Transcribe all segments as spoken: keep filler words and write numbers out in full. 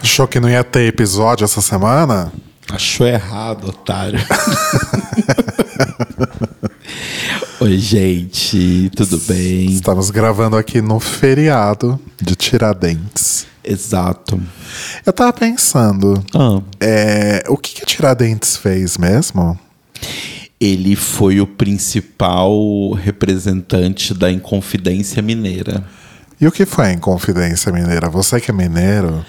Achou que não ia ter episódio essa semana? Achou errado, otário. Oi, gente, tudo bem? Estamos gravando aqui no feriado de Tiradentes. Exato. Eu tava pensando, Ah. é, o que que Tiradentes fez mesmo? Ele foi o principal representante da Inconfidência Mineira. E o que foi a Inconfidência Mineira? Você que é mineiro?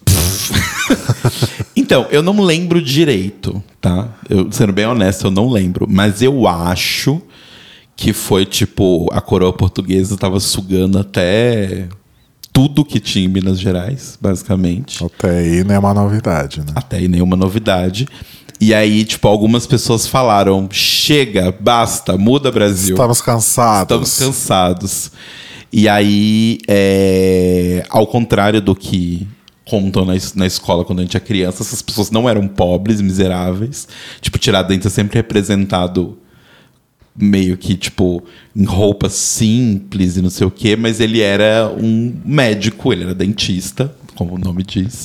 Então, eu não lembro direito, tá? Eu, sendo bem honesto, eu não lembro. Mas eu acho que foi, tipo, a coroa portuguesa tava sugando até tudo que tinha em Minas Gerais, basicamente. Até aí não é uma novidade, né? Até aí nenhuma novidade. E aí, tipo, algumas pessoas falaram: chega, basta, muda Brasil. Estamos cansados. Estamos cansados. E aí, é, ao contrário do que contam na, na escola quando a gente é criança, essas pessoas não eram pobres, miseráveis. Tipo, Tiradentes é sempre representado meio que, tipo, em roupas simples e não sei o quê, mas ele era um médico, ele era dentista, como o nome diz.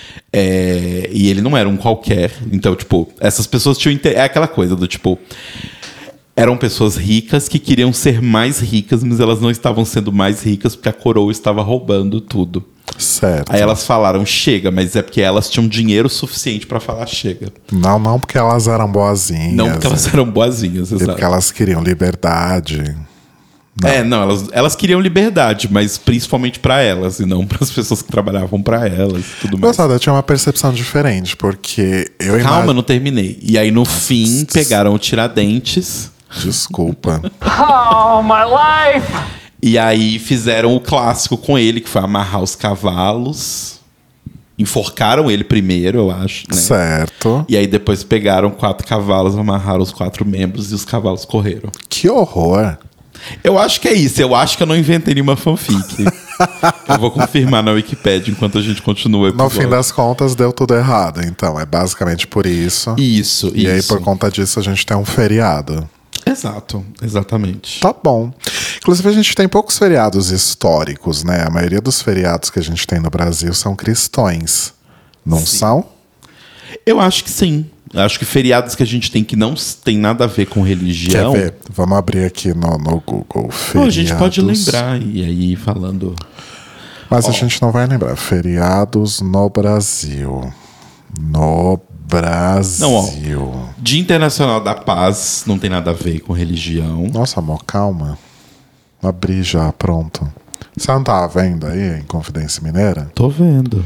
É, e ele não era um qualquer. Então, tipo, essas pessoas tinham... Inter... É aquela coisa do, tipo... Eram pessoas ricas que queriam ser mais ricas, mas elas não estavam sendo mais ricas porque a coroa estava roubando tudo. Certo. Aí elas falaram, chega, mas é porque elas tinham dinheiro suficiente pra falar chega. Não, não porque elas eram boazinhas. Não porque elas eram boazinhas, E exato. porque elas queriam liberdade. Não. É, não, elas, elas queriam liberdade, mas principalmente pra elas, e não pras pessoas que trabalhavam pra elas e tudo mais. Nossa, eu tinha uma percepção diferente, porque eu Calma, imag... não terminei. E aí, no fim, pegaram o Tiradentes. Desculpa. Oh, my life! E aí fizeram o clássico com ele, que foi amarrar os cavalos. Enforcaram ele primeiro, eu acho, né? Certo. E aí depois pegaram quatro cavalos, amarraram os quatro membros e os cavalos correram. Que horror. Eu acho que é isso. Eu acho que eu não inventei nenhuma fanfic. Eu vou confirmar na Wikipédia enquanto a gente continua o No episódio. fim das contas, deu tudo errado. Então, é basicamente por isso. Isso, E isso. aí, por conta disso, a gente tem um feriado. Exato, exatamente. Tá bom. Inclusive, a gente tem poucos feriados históricos, né? A maioria dos feriados que a gente tem no Brasil são cristões. Não Sim. são? Eu acho que sim. Acho que feriados que a gente tem que não tem nada a ver com religião. Quer ver? Vamos abrir aqui no, no Google. Feriados. Pô, a gente pode lembrar. E aí, falando... Mas Ó. a gente não vai lembrar. Feriados no Brasil. No Brasil. Não, ó. Dia Internacional da Paz não tem nada a ver com religião. Nossa, amor, calma. Abri já, pronto. Você não tava vendo aí em Confidência Mineira? Tô vendo.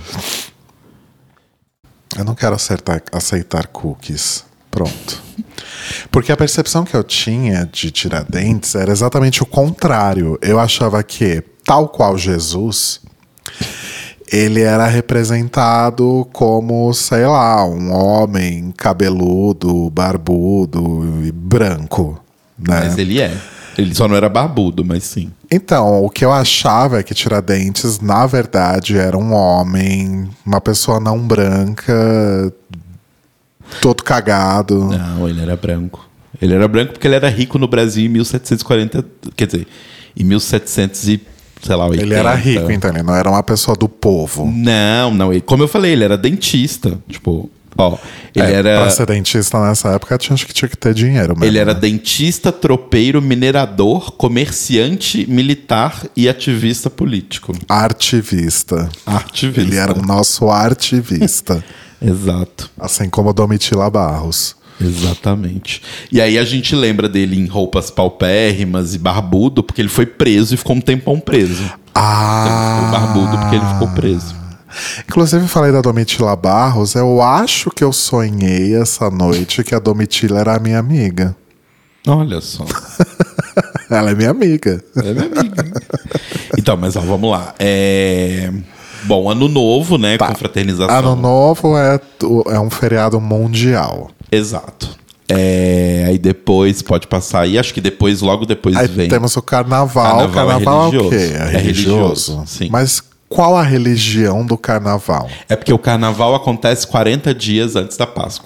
Eu não quero acertar, aceitar cookies. Pronto. Porque a percepção que eu tinha de Tiradentes era exatamente o contrário. Eu achava que, tal qual Jesus, ele era representado como, sei lá, um homem cabeludo, barbudo e branco, né? Mas ele é. Ele só não era barbudo, mas sim. Então, o que eu achava é que Tiradentes, na verdade, era um homem, uma pessoa não branca, todo cagado. Não, ele era branco. Ele era branco porque ele era rico no Brasil em mil setecentos e quarenta... Quer dizer, em mil e setecentos e, sei lá, oitenta. Ele era rico, então ele não era uma pessoa do povo. Não, não. Ele, como eu falei, ele era dentista. Tipo, ó, ele É, era... Pra ser dentista nessa época, tinha, acho que tinha que ter dinheiro mesmo. Ele era né? dentista, tropeiro, minerador, comerciante, militar e ativista político. Artivista. Artivista. Ele era o nosso artivista. Exato. Assim como Domitila Barros. Exatamente. E aí a gente lembra dele em roupas paupérrimas e barbudo, porque ele foi preso e ficou um tempão preso. Ah! Então ele ficou barbudo porque ele ficou preso. Inclusive, eu falei da Domitila Barros. Eu acho que eu sonhei essa noite que a Domitila era a minha amiga. Olha só. Ela é minha amiga. É minha amiga. Então, mas ó, vamos lá. É... Bom, ano novo, né? Tá. Confraternização. Ano Novo é, é um feriado mundial. Exato. É... Aí depois pode passar aí. Acho que depois, logo depois Aí vem. temos o carnaval. Carnaval Carnaval, é é o quê? religioso. É É religioso. religioso, sim. Mas qual a religião do carnaval? É porque o carnaval acontece quarenta dias antes da Páscoa.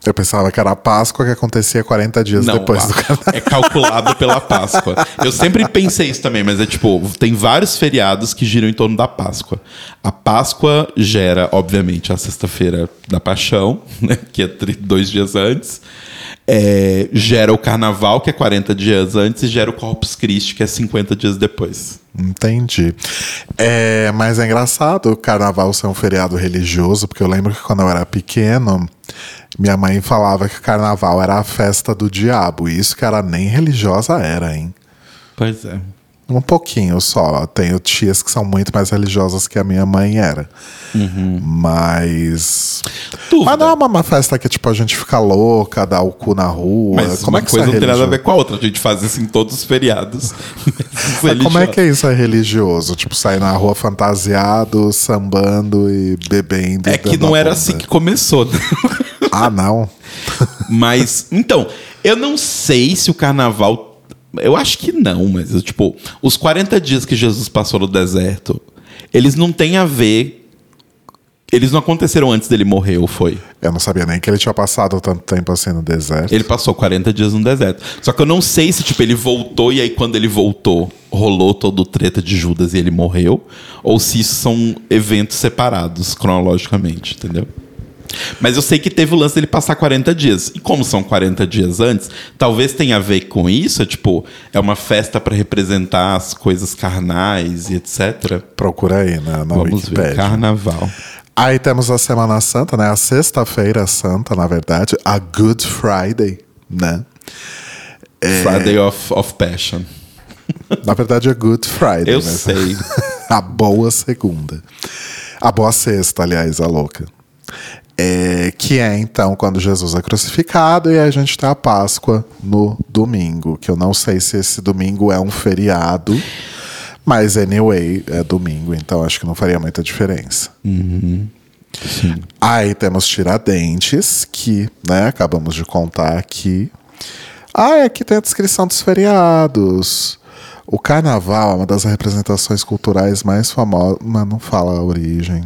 Eu pensava que era a Páscoa que acontecia quarenta dias Não, depois a- do carnaval. é calculado pela Páscoa. Eu sempre pensei isso também, mas é tipo, tem vários feriados que giram em torno da Páscoa. A Páscoa gera, obviamente, a sexta-feira da Paixão, né, que é tri- dois dias antes. É, gera o Carnaval, que é quarenta dias antes, e gera o Corpus Christi, que é cinquenta dias depois. Entendi. É, mas é engraçado o carnaval ser um feriado religioso, porque eu lembro que quando eu era pequeno, minha mãe falava que o carnaval era a festa do diabo. E isso que era nem religiosa era, hein? Pois é. Um pouquinho só. Tenho tias que são muito mais religiosas que a minha mãe era. Uhum. Mas. Dúvida. Mas não é uma, uma festa que, tipo, a gente fica louca, dá o cu na rua. Mas como uma é que coisa isso é não tem nada a religioso? ver com a outra. A gente faz isso em todos os feriados. Mas como é que é isso é religioso? Tipo, sair na rua fantasiado, sambando e bebendo. É e que dando não a era bunda. assim que começou, né? Ah, não? Mas, então, eu não sei se o carnaval. Eu acho que não, mas, tipo, os quarenta dias que Jesus passou no deserto, eles não têm a ver. Eles não aconteceram antes dele morrer, ou foi? Eu não sabia nem que ele tinha passado tanto tempo assim no deserto. Ele passou quarenta dias no deserto. Só que eu não sei se, tipo, ele voltou e aí quando ele voltou, rolou todo o treta de Judas e ele morreu, ou se isso são eventos separados, cronologicamente, entendeu? Mas eu sei que teve o lance dele passar quarenta dias. E como são quarenta dias antes, talvez tenha a ver com isso. É, tipo, é uma festa para representar as coisas carnais e etcétera. Procura aí na, na Vamos ver. Wikipédia. Carnaval. Aí temos a Semana Santa, né? A Sexta-feira Santa, na verdade. A Good Friday, né? É, Friday of, of Passion. na verdade é Good Friday. Eu mas- sei. A boa segunda. A boa sexta, aliás, a louca. É, que é, então, quando Jesus é crucificado e a gente tem a Páscoa no domingo. Que eu não sei se esse domingo é um feriado, mas, anyway, é domingo, então acho que não faria muita diferença. Sim. Aí temos Tiradentes, que, né, acabamos de contar aqui. Ah, aqui tem a descrição dos feriados. O carnaval é uma das representações culturais mais famosas, mas não fala a origem.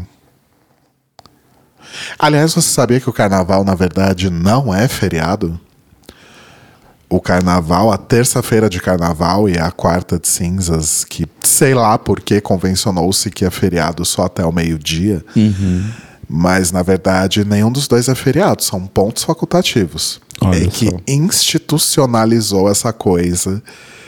Aliás, você sabia que o carnaval, na verdade, não é feriado? O carnaval, a terça-feira de carnaval e a quarta de cinzas, que sei lá por que convencionou-se que é feriado só até o meio-dia, mas na verdade nenhum dos dois é feriado, são pontos facultativos. Olha é que só. institucionalizou essa coisa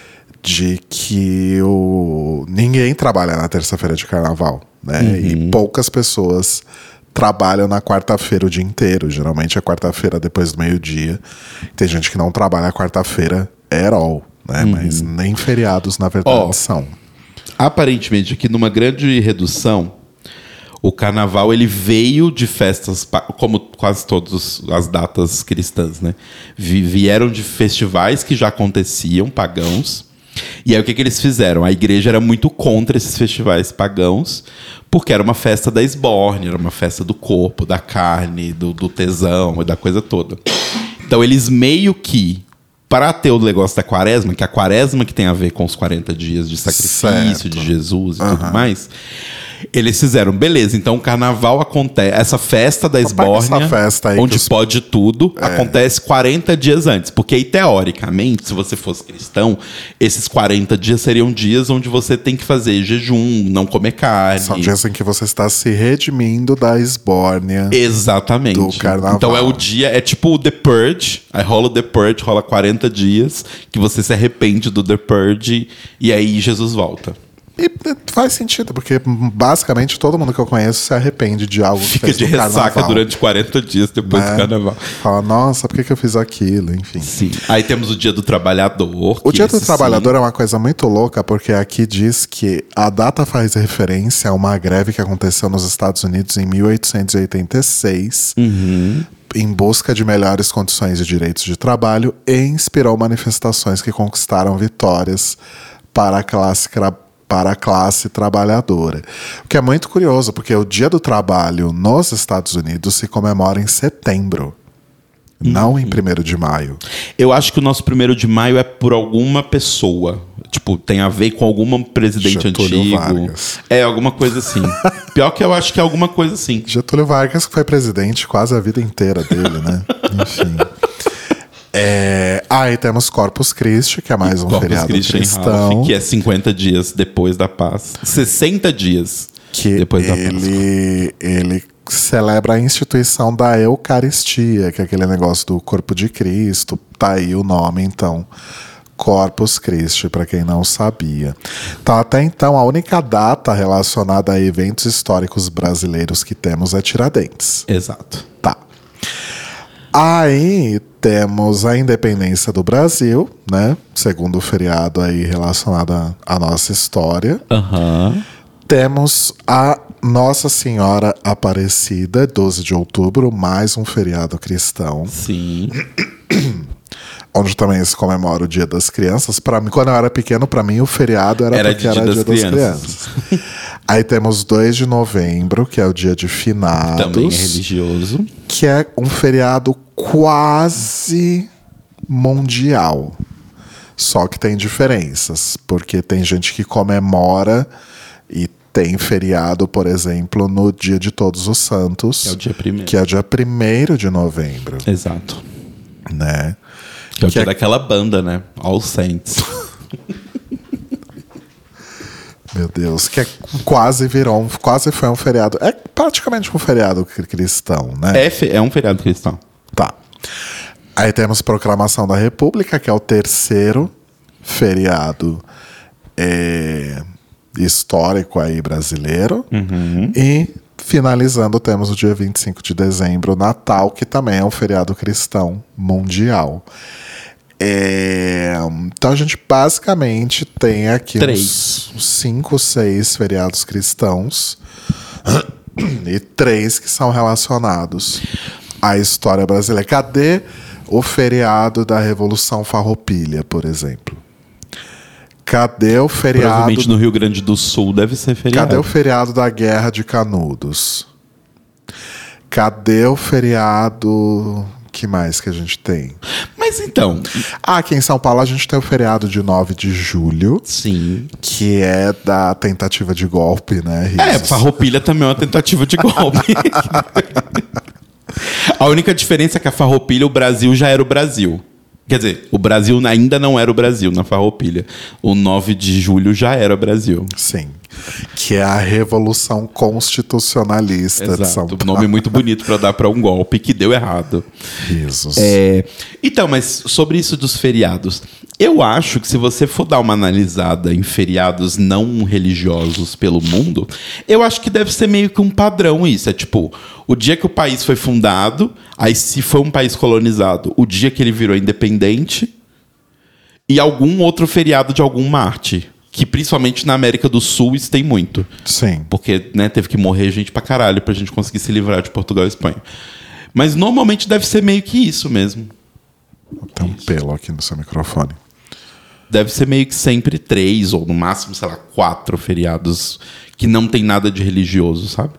de que o... ninguém trabalha na terça-feira de carnaval, né? E poucas pessoas trabalham na quarta-feira o dia inteiro. Geralmente é quarta-feira depois do meio-dia. Tem gente que não trabalha a quarta-feira at all, né? Mas nem feriados, na verdade, Ó, são. Aparentemente, aqui numa grande redução, o carnaval ele veio de festas, pa- como quase todas as datas cristãs, né? Vi- Vieram de festivais que já aconteciam, pagãos. E aí o que, que eles fizeram? A igreja era muito contra esses festivais pagãos, porque era uma festa da esbórnia, era uma festa do corpo, da carne, do, do tesão e da coisa toda. Então eles meio que, para ter o negócio da quaresma, que é a quaresma que tem a ver com os quarenta dias de sacrifício Certo. de Jesus e tudo mais, eles fizeram, beleza, então o carnaval acontece, essa festa da Pega esbórnia, essa festa aí onde que os- pode tudo, acontece quarenta dias antes. Porque aí, teoricamente, se você fosse cristão, esses quarenta dias seriam dias onde você tem que fazer jejum, não comer carne. São dias em que você está se redimindo da esbórnia. Exatamente. do carnaval. Então é o dia, é tipo o The Purge, aí rola o The Purge, rola quarenta dias, que você se arrepende do The Purge, e aí Jesus volta. E eh, faz sentido, porque basicamente todo mundo que eu conheço se arrepende de algo que Fica fez de no ressaca carnaval, durante quarenta dias depois né? do carnaval. Fala, nossa, por que, que eu fiz aquilo? Enfim. Sim. Aí temos o dia do trabalhador. O que Dia do esse Trabalhador sim, é uma coisa muito louca, porque aqui diz que a data faz referência a uma greve que aconteceu nos Estados Unidos em mil oitocentos e oitenta e seis, em busca de melhores condições de direitos de trabalho, e inspirou manifestações que conquistaram vitórias para a classe cra- para a classe trabalhadora. O que é muito curioso, porque o Dia do Trabalho nos Estados Unidos se comemora em setembro, não em primeiro de maio. Eu acho que o nosso primeiro de maio é por alguma pessoa. Tipo, tem a ver com algum presidente Getúlio antigo. Vargas. É, alguma coisa assim. Pior que eu acho que é alguma coisa assim. Getúlio Vargas, que foi presidente quase a vida inteira dele, né? Enfim. É, aí temos Corpus Christi, que é mais um Corpus feriado Christi em cristão. Ralph, que é cinquenta dias depois da paz. sessenta dias que depois da paz. ele, ele celebra a instituição da Eucaristia, que é aquele negócio do corpo de Cristo. Tá aí o nome, então. Corpus Christi, para quem não sabia. Então, até então, a única data relacionada a eventos históricos brasileiros que temos é Tiradentes. Exato. Tá. Aí temos a independência do Brasil, né? Segundo feriado aí relacionado à- à nossa história. Aham. Temos a Nossa Senhora Aparecida, doze de outubro, mais um feriado cristão, Sim. onde também se comemora o Dia das Crianças. Para mim, quando eu era pequeno, para mim o feriado era, Era porque Dia era das Dia das Crianças. Crianças. Aí temos dois de novembro, que é o Dia de Finados, Também é religioso. que é um feriado quase mundial. Só que tem diferenças, porque tem gente que comemora e tem feriado, por exemplo, no Dia de Todos os Santos, Que é o dia primeiro. que é o dia primeiro de novembro, Exato. né? Que é o Que dia é- daquela banda, né? All Saints. Meu Deus, que é quase virou, um, quase foi um feriado. É praticamente um feriado cri- cristão, né? É, fe- é um feriado cristão. Tá. Aí temos Proclamação da República, que é o terceiro feriado é, histórico aí brasileiro. E finalizando, temos o dia vinte e cinco de dezembro, Natal, que também é um feriado cristão mundial. É, então a gente basicamente tem aqui Três. uns cinco, seis feriados cristãos e três que são relacionados à história brasileira. Cadê o feriado da Revolução Farroupilha, por exemplo? Cadê o feriado? Provavelmente no Rio Grande do Sul deve ser feriado. Cadê o feriado da Guerra de Canudos? Cadê o feriado? Que mais que a gente tem? Mas então, Ah, aqui em São Paulo a gente tem o feriado de nove de julho, sim. que é da tentativa de golpe, né? É, Risos? Farroupilha também é uma tentativa de golpe. A única diferença é que a Farroupilha, o Brasil já era o Brasil. Quer dizer, o Brasil ainda não era o Brasil na Farroupilha. O nove de julho já era o Brasil. Sim. Que é a Revolução Constitucionalista de São Exato. Paulo. Nome muito bonito para dar para um golpe que deu errado. Risos. É, então, mas sobre isso dos feriados, eu acho que se você for dar uma analisada em feriados não religiosos pelo mundo, eu acho que deve ser meio que um padrão isso. É tipo, o dia que o país foi fundado, aí se foi um país colonizado, o dia que ele virou independente e algum outro feriado de algum mártir. Que principalmente na América do Sul isso tem muito. Sim. Porque, né, teve que morrer gente pra caralho pra gente conseguir se livrar de Portugal e Espanha. Mas normalmente deve ser meio que isso mesmo. Tem um pelo aqui no seu microfone. Deve ser meio que sempre três, ou no máximo, sei lá, quatro feriados que não tem nada de religioso, sabe?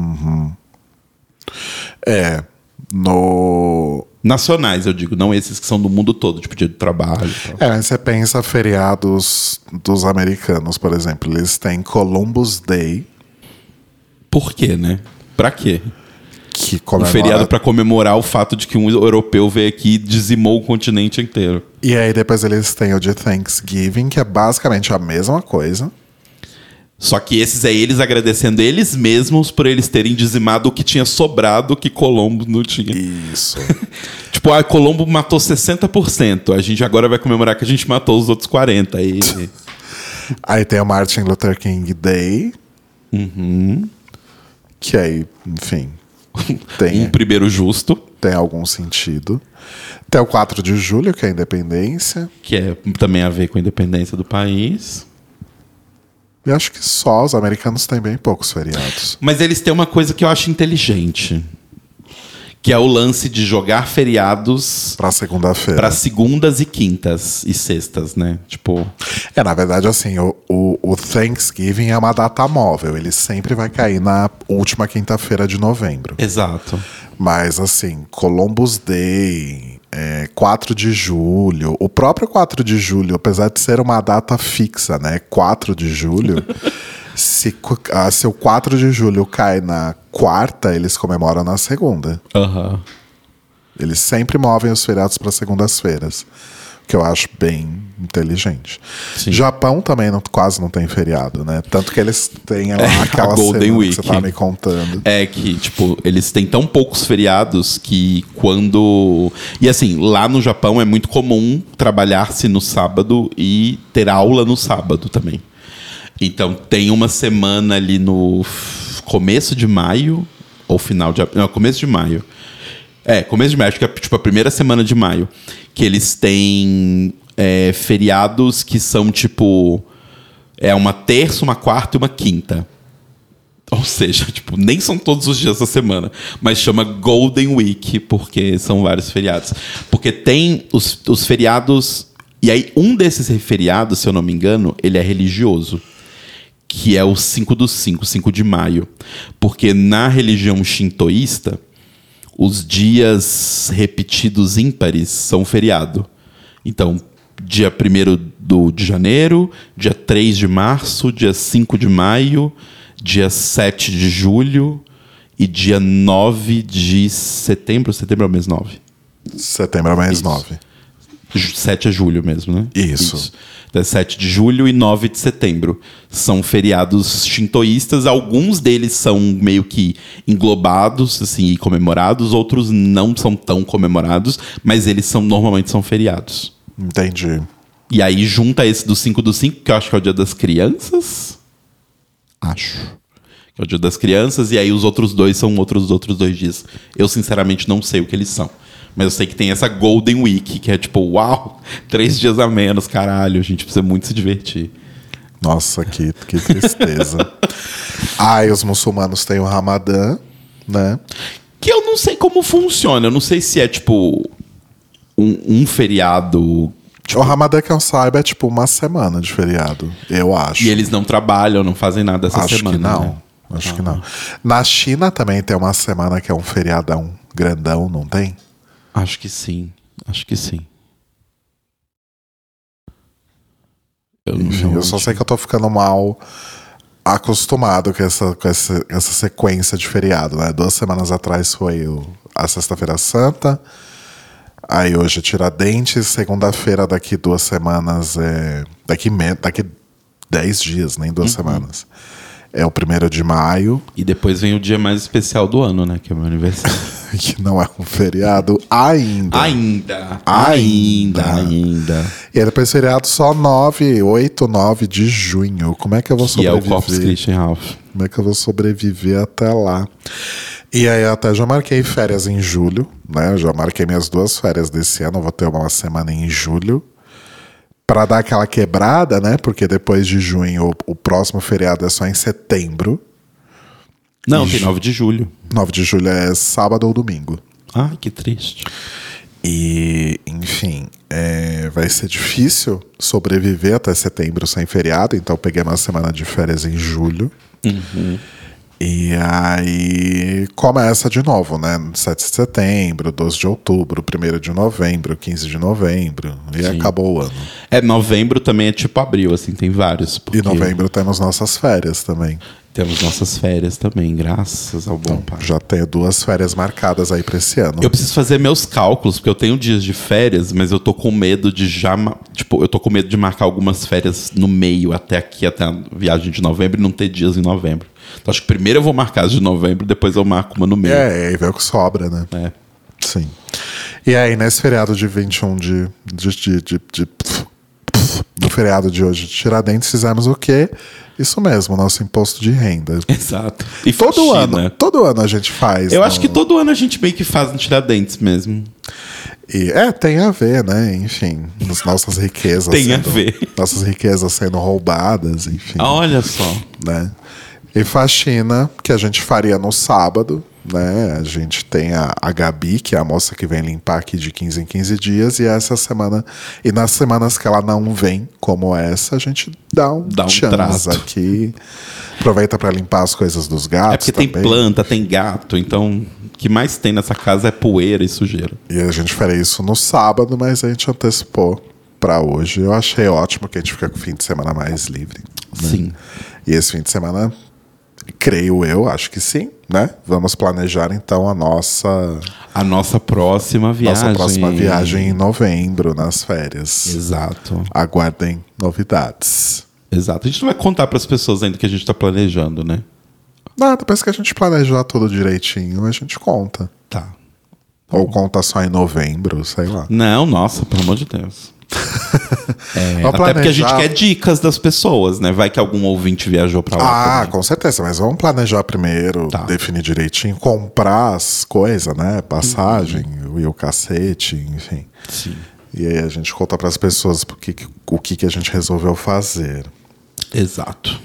É. No. Nacionais, eu digo, não esses que são do mundo todo, tipo dia do trabalho e tal. É, mas você pensa feriados dos americanos, por exemplo. Eles têm Columbus Day, Por quê, né? Pra quê? que Um comemora... feriado pra comemorar o fato de que um europeu veio aqui e dizimou o continente inteiro. E aí depois eles têm o de Thanksgiving, que é basicamente a mesma coisa. Só que esses é eles agradecendo eles mesmos por eles terem dizimado o que tinha sobrado que Colombo não tinha. Isso. Tipo, ah, Colombo matou sessenta por cento. A gente agora vai comemorar que a gente matou os outros quarenta por cento. E... Aí tem o Martin Luther King Day. Que aí, enfim, tem, um primeiro justo, tem algum sentido. Tem o quatro de julho, que é a independência. que é também a ver com a independência do país. E acho que só os americanos têm bem poucos feriados. Mas eles têm uma coisa que eu acho inteligente. Que é o lance de jogar feriados Pra segunda-feira. para segundas e quintas e sextas, né? Tipo, É, na verdade, assim, o, o, o Thanksgiving é uma data móvel. Ele sempre vai cair na última quinta-feira de novembro. exato. Mas, assim, Columbus Day, é, quatro de julho... O próprio quatro de julho, apesar de ser uma data fixa, né? quatro de julho... se, cu- ah, se o quatro de julho cai na quarta, eles comemoram na segunda. Aham. Eles sempre movem os feriados para segundas-feiras. Que eu acho bem inteligente. Sim. Japão também não, quase não tem feriado, né? Tanto que eles têm lá É, aquela a Golden semana Week. que você tava me contando. É que, tipo, eles têm tão poucos feriados que quando... E assim, lá no Japão é muito comum trabalhar-se no sábado e ter aula no sábado também. Então tem uma semana ali no começo de maio, ou final de... Não, começo de maio. É, começo de maio, acho que é tipo a primeira semana de maio. Que eles têm é, feriados que são tipo... É uma terça, uma quarta e uma quinta. Ou seja, tipo, nem são todos os dias da semana. Mas chama Golden Week, porque são vários feriados. Porque tem os, os feriados... E aí, um desses feriados, se eu não me engano, ele é religioso. Que é o cinco do cinco, cinco de maio. Porque na religião shintoísta... Os dias repetidos ímpares são feriado. Então, dia primeiro do, de janeiro, dia três de março, dia cinco de maio, dia sete de julho e dia nove de setembro. Setembro é o mês nove? Setembro é mês Isso. nove. sete é julho mesmo, né? Isso. Isso. Então, sete de julho e nove de setembro. São feriados shintoístas. Alguns deles são meio que englobados assim, e comemorados. Outros não são tão comemorados. Mas eles são normalmente são feriados. Entendi. E aí junta esse do cinco do cinco, que eu acho que é o dia das crianças. Acho. Que é o dia das crianças. E aí os outros dois são outros outros dois dias. Eu, sinceramente, não sei o que eles são. Mas eu sei que tem essa Golden Week, que é tipo, uau, três dias a menos, caralho. A gente precisa muito se divertir. Nossa, que, que tristeza. Ah, e os muçulmanos têm o Ramadã, né? Que eu não sei como funciona. Eu não sei se é, tipo, um, um feriado... Tipo, O Ramadã, que eu saiba, é tipo uma semana de feriado, eu acho. e eles não trabalham, não fazem nada essa acho semana. que não. Né? Acho que não. Na China também tem uma semana que é um feriadão grandão, não tem? Acho que sim. Acho que sim. Eu, não Enfim, eu só sei que eu tô ficando mal acostumado com essa, com essa, essa sequência de feriado, né? Duas semanas atrás foi o, a Sexta-feira Santa. Aí hoje é Tiradentes. Segunda-feira, daqui duas semanas é. Daqui, me, daqui dez dias, nem duas uhum. semanas. É o primeiro de maio. E depois vem o dia mais especial do ano, né? Que é o meu aniversário. Que não é um feriado ainda. Ainda. Ainda. Ainda. E aí depois feriado só nove, oito, nove de junho. Como é que eu vou que sobreviver? Que é o Corpus Christi Ralph. Como é que eu vou sobreviver até lá? E aí eu até já marquei férias em julho, né? Eu já marquei minhas duas férias desse ano. Eu vou ter uma semana em julho. Pra dar aquela quebrada, né? Porque depois de junho, o, o próximo feriado é só em setembro. Não, e tem nove de julho. nove de julho é sábado ou domingo. Ah, que triste. E, enfim, é, vai ser difícil sobreviver até setembro sem feriado. Então eu peguei uma semana de férias em julho. Uhum. E aí começa de novo, né? sete de setembro, doze de outubro, primeiro de novembro, quinze de novembro. E Sim. acabou o ano. É, novembro também é tipo abril, assim, tem vários. E novembro temos nossas férias também. Temos nossas férias também, graças ao bom pai. Já tenho duas férias marcadas aí pra esse ano. Eu preciso fazer meus cálculos, porque eu tenho dias de férias, mas eu tô com medo de já... Tipo, eu tô com medo de marcar algumas férias no meio, até aqui, até a viagem de novembro, e não ter dias em novembro. Então acho que primeiro eu vou marcar as de novembro, depois eu marco uma no meio. É, aí vê o que sobra, né? É. Sim. E aí, nesse feriado de vinte e um de... de, de, de, de do feriado de hoje de Tiradentes, fizemos o quê? Isso mesmo, nosso imposto de renda. Exato. E todo faxina. ano, todo ano a gente faz. Eu no... acho que todo ano a gente meio que faz no Tiradentes mesmo. E, é, tem a ver, né? Enfim, as nossas riquezas. Tem sendo, a ver. Nossas riquezas sendo roubadas, enfim. Olha só. Né? E faxina, que a gente faria no sábado, né? A gente tem a, a Gabi, que é a moça que vem limpar aqui de quinze em quinze dias, e essa semana, e nas semanas que ela não vem, como essa, a gente dá um, Dá um chance trato. aqui. Aproveita para limpar as coisas dos gatos. É porque também. tem planta, tem gato, então o que mais tem nessa casa é poeira e sujeira. E a gente faria isso no sábado, mas a gente antecipou para hoje. Eu achei ótimo que a gente fica com o fim de semana mais livre. Né? Sim. E esse fim de semana, creio eu, acho que sim, né? Vamos planejar então a nossa A nossa próxima viagem. nossa próxima viagem em novembro, nas férias. Exato. Aguardem novidades. Exato. A gente não vai contar para as pessoas ainda que a gente está planejando, né? Não, depois que a gente planejar tudo direitinho, a gente conta. Tá. Ou conta só em novembro, sei lá. Não, nossa, pelo amor de Deus. É, Vamos até porque a gente planejar- quer dicas das pessoas, né? Vai que algum ouvinte viajou pra lá. Ah, também. com certeza, mas vamos planejar primeiro, Tá. definir direitinho, comprar as coisas, né? Passagem e o cacete, enfim. Sim. E aí a gente conta para as pessoas o que, o que, que a gente resolveu fazer. Exato.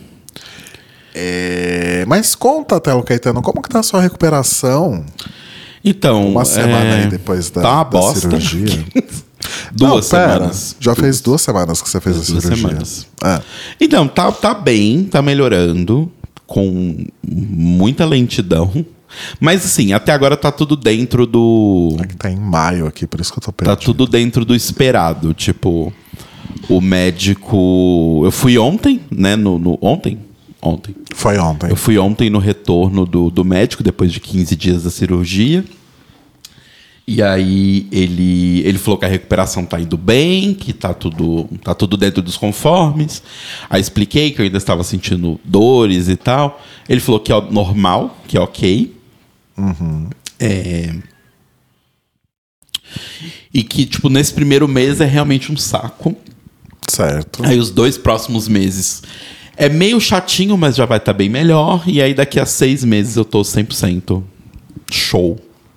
É, mas conta, Telo Caetano, como que tá a sua recuperação? Então. Uma semana é, aí depois da, tá uma da bosta. cirurgia. Duas Não, pera, semanas. Já duas. fez duas semanas que você fez a Duas cirurgia. semanas. É. Então, tá, tá bem, tá melhorando, com muita lentidão. Mas assim, até agora tá tudo dentro do. Que tá em maio aqui, por isso que eu tô Tá perdido. tudo dentro do esperado. Tipo, o médico. Eu fui ontem, né? No, no- Ontem? Ontem. Foi ontem. Eu fui ontem no retorno do, do médico, depois de quinze dias da cirurgia. E aí ele, ele falou que a recuperação tá indo bem, que tá tudo, tá tudo dentro dos conformes. Aí expliquei que eu ainda estava sentindo dores e tal. Ele falou que é normal, que é ok. É... E que, tipo, nesse primeiro mês é realmente um saco. Certo. Aí os dois próximos meses é meio chatinho, mas já vai estar bem melhor. E aí daqui a seis meses eu tô cem por cento show.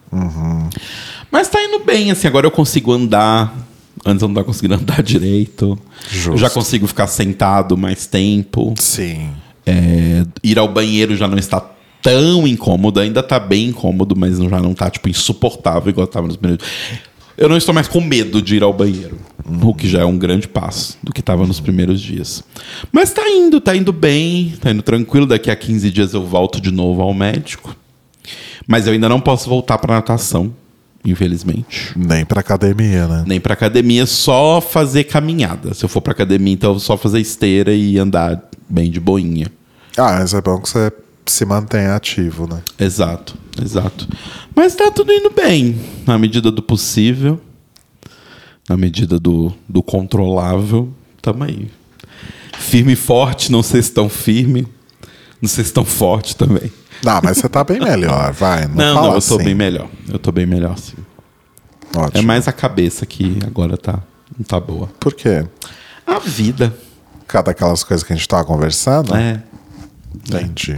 Mas tá indo bem, assim. Agora eu consigo andar. Antes eu não tava conseguindo andar direito. Justo. Eu já consigo ficar sentado mais tempo. Sim. É, ir ao banheiro já não está tão incômodo. Ainda tá bem incômodo, mas já não tá, tipo, insuportável igual tava nos primeiros. Eu não estou mais com medo de ir ao banheiro. O que já é um grande passo do que estava nos primeiros dias. Mas tá indo, tá indo bem, tá indo tranquilo. Daqui a quinze dias eu volto de novo ao médico. Mas eu ainda não posso voltar pra natação, infelizmente. Nem pra academia, né? Nem pra academia, só fazer caminhada. Se eu for pra academia, então eu vou só fazer esteira e andar bem de boinha. Ah, mas é bom que você se mantenha ativo, né? Exato, exato. Mas tá tudo indo bem, na medida do possível, na medida do, do controlável. Tamo aí. Firme e forte, não sei se tão firme, não sei se tão forte também. Não, mas você tá bem melhor, vai. Não, Não, fala não, eu tô assim. bem melhor. Eu tô bem melhor, sim. Ótimo. É mais a cabeça que agora tá, não tá boa. Por quê? A vida, Cada aquelas coisas que a gente tava conversando? né? Entendi.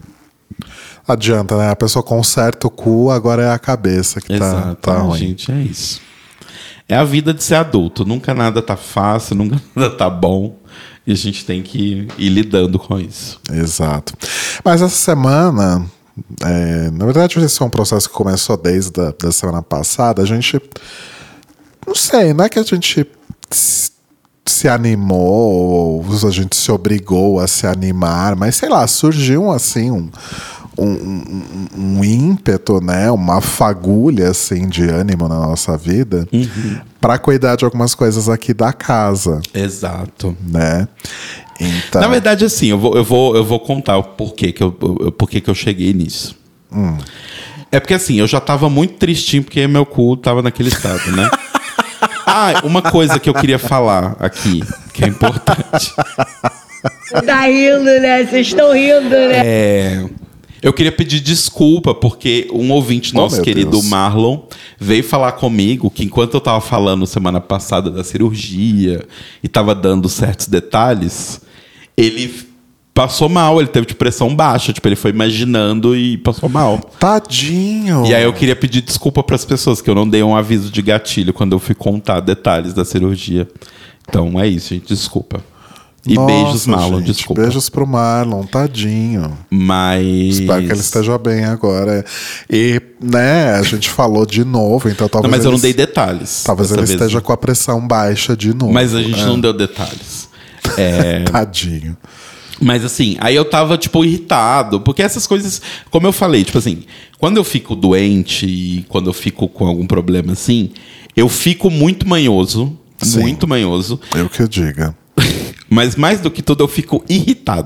Adianta, né? A pessoa conserta o cu, agora é a cabeça que tá, Exato, tá ah, ruim. gente, é isso. É a vida de ser adulto. Nunca nada tá fácil, nunca nada tá bom. E a gente tem que ir lidando com isso. Exato. Mas essa semana, é, na verdade, esse é um processo que começou desde a da semana passada. A gente, não sei, não é que a gente se, se animou ou a gente se obrigou a se animar, mas sei lá, surgiu assim um, um, um, um ímpeto, né, uma fagulha assim de ânimo na nossa vida para cuidar de algumas coisas aqui da casa, Exato. né? Então, Na verdade, assim, eu vou, eu vou, eu vou contar o porquê que eu, eu, porquê que eu cheguei nisso. É porque, assim, eu já tava muito tristinho porque meu cu tava naquele estado, né? Ah, uma coisa que eu queria falar aqui, que é importante. Tá rindo, né? Vocês estão rindo, né? É, eu queria pedir desculpa, porque um ouvinte Oh, nosso meu querido Deus. Marlon veio falar comigo que enquanto eu tava falando semana passada da cirurgia e tava dando certos detalhes, ele passou mal, ele teve de pressão baixa, tipo, ele foi imaginando e passou mal. tadinho. E aí eu queria pedir desculpa para as pessoas, que eu não dei um aviso de gatilho quando eu fui contar detalhes da cirurgia. Então é isso, gente, desculpa. E Nossa, beijos, Marlon, gente, desculpa. Beijos pro Marlon, tadinho. Mas... Espero que ele esteja bem agora. E, né, a gente falou de novo, então talvez. Não, mas eu não ele- dei detalhes. Talvez dessa ele vez. esteja com a pressão baixa de novo. Mas a gente É. não deu detalhes. É, Tadinho. mas assim, aí eu tava, tipo, irritado. Porque essas coisas, como eu falei, tipo assim, quando eu fico doente e quando eu fico com algum problema assim, eu fico muito manhoso. Sim. Muito manhoso. Eu que diga. Mas mais do que tudo, eu fico irritado.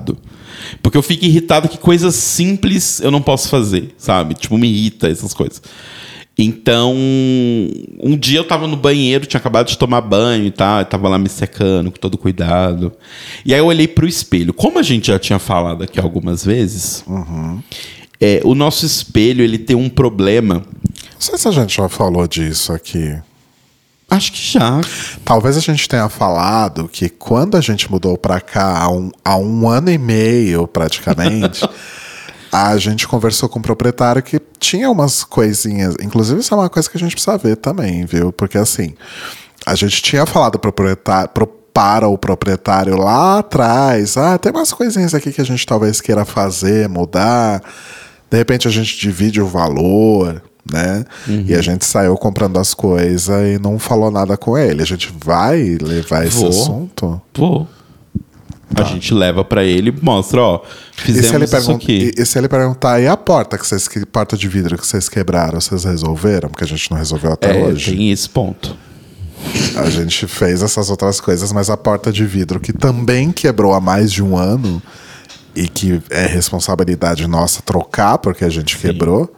Porque eu fico irritado que coisas simples eu não posso fazer, sabe? Tipo, me irrita essas coisas. Então, um dia eu tava no banheiro, tinha acabado de tomar banho e tal, eu tava lá me secando com todo cuidado. E aí eu olhei pro espelho. Como a gente já tinha falado aqui algumas vezes, uhum. é, o nosso espelho, ele tem um problema. Não sei se a gente já falou disso aqui. Acho que já. Talvez a gente tenha falado que quando a gente mudou pra cá, há um, há um ano e meio praticamente, a gente conversou com o proprietário que tinha umas coisinhas. Inclusive, isso é uma coisa que a gente precisa ver também, viu? Porque assim, a gente tinha falado pro proprietário, pro, para o proprietário lá atrás: ah, tem umas coisinhas aqui que a gente talvez queira fazer, mudar. De repente a gente divide o valor. Né? Uhum. E a gente saiu comprando as coisas e não falou nada com ele. A gente vai levar esse Vou. assunto? Vou. Tá. A gente leva pra ele e mostra, ó, fizemos e se ele isso pergun- aqui. E, e se ele perguntar, e a porta, que vocês, que porta de vidro que vocês quebraram, vocês resolveram? Porque a gente não resolveu até é, hoje. Tem esse ponto. A gente fez essas outras coisas, mas a porta de vidro, que também quebrou há mais de um ano e que é responsabilidade nossa trocar, porque a gente Sim. quebrou.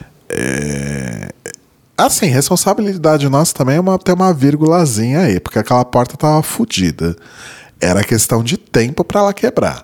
É... Assim, responsabilidade nossa também é uma, ter uma vírgulazinha aí, porque aquela porta tava fodida. Era questão de tempo pra ela quebrar.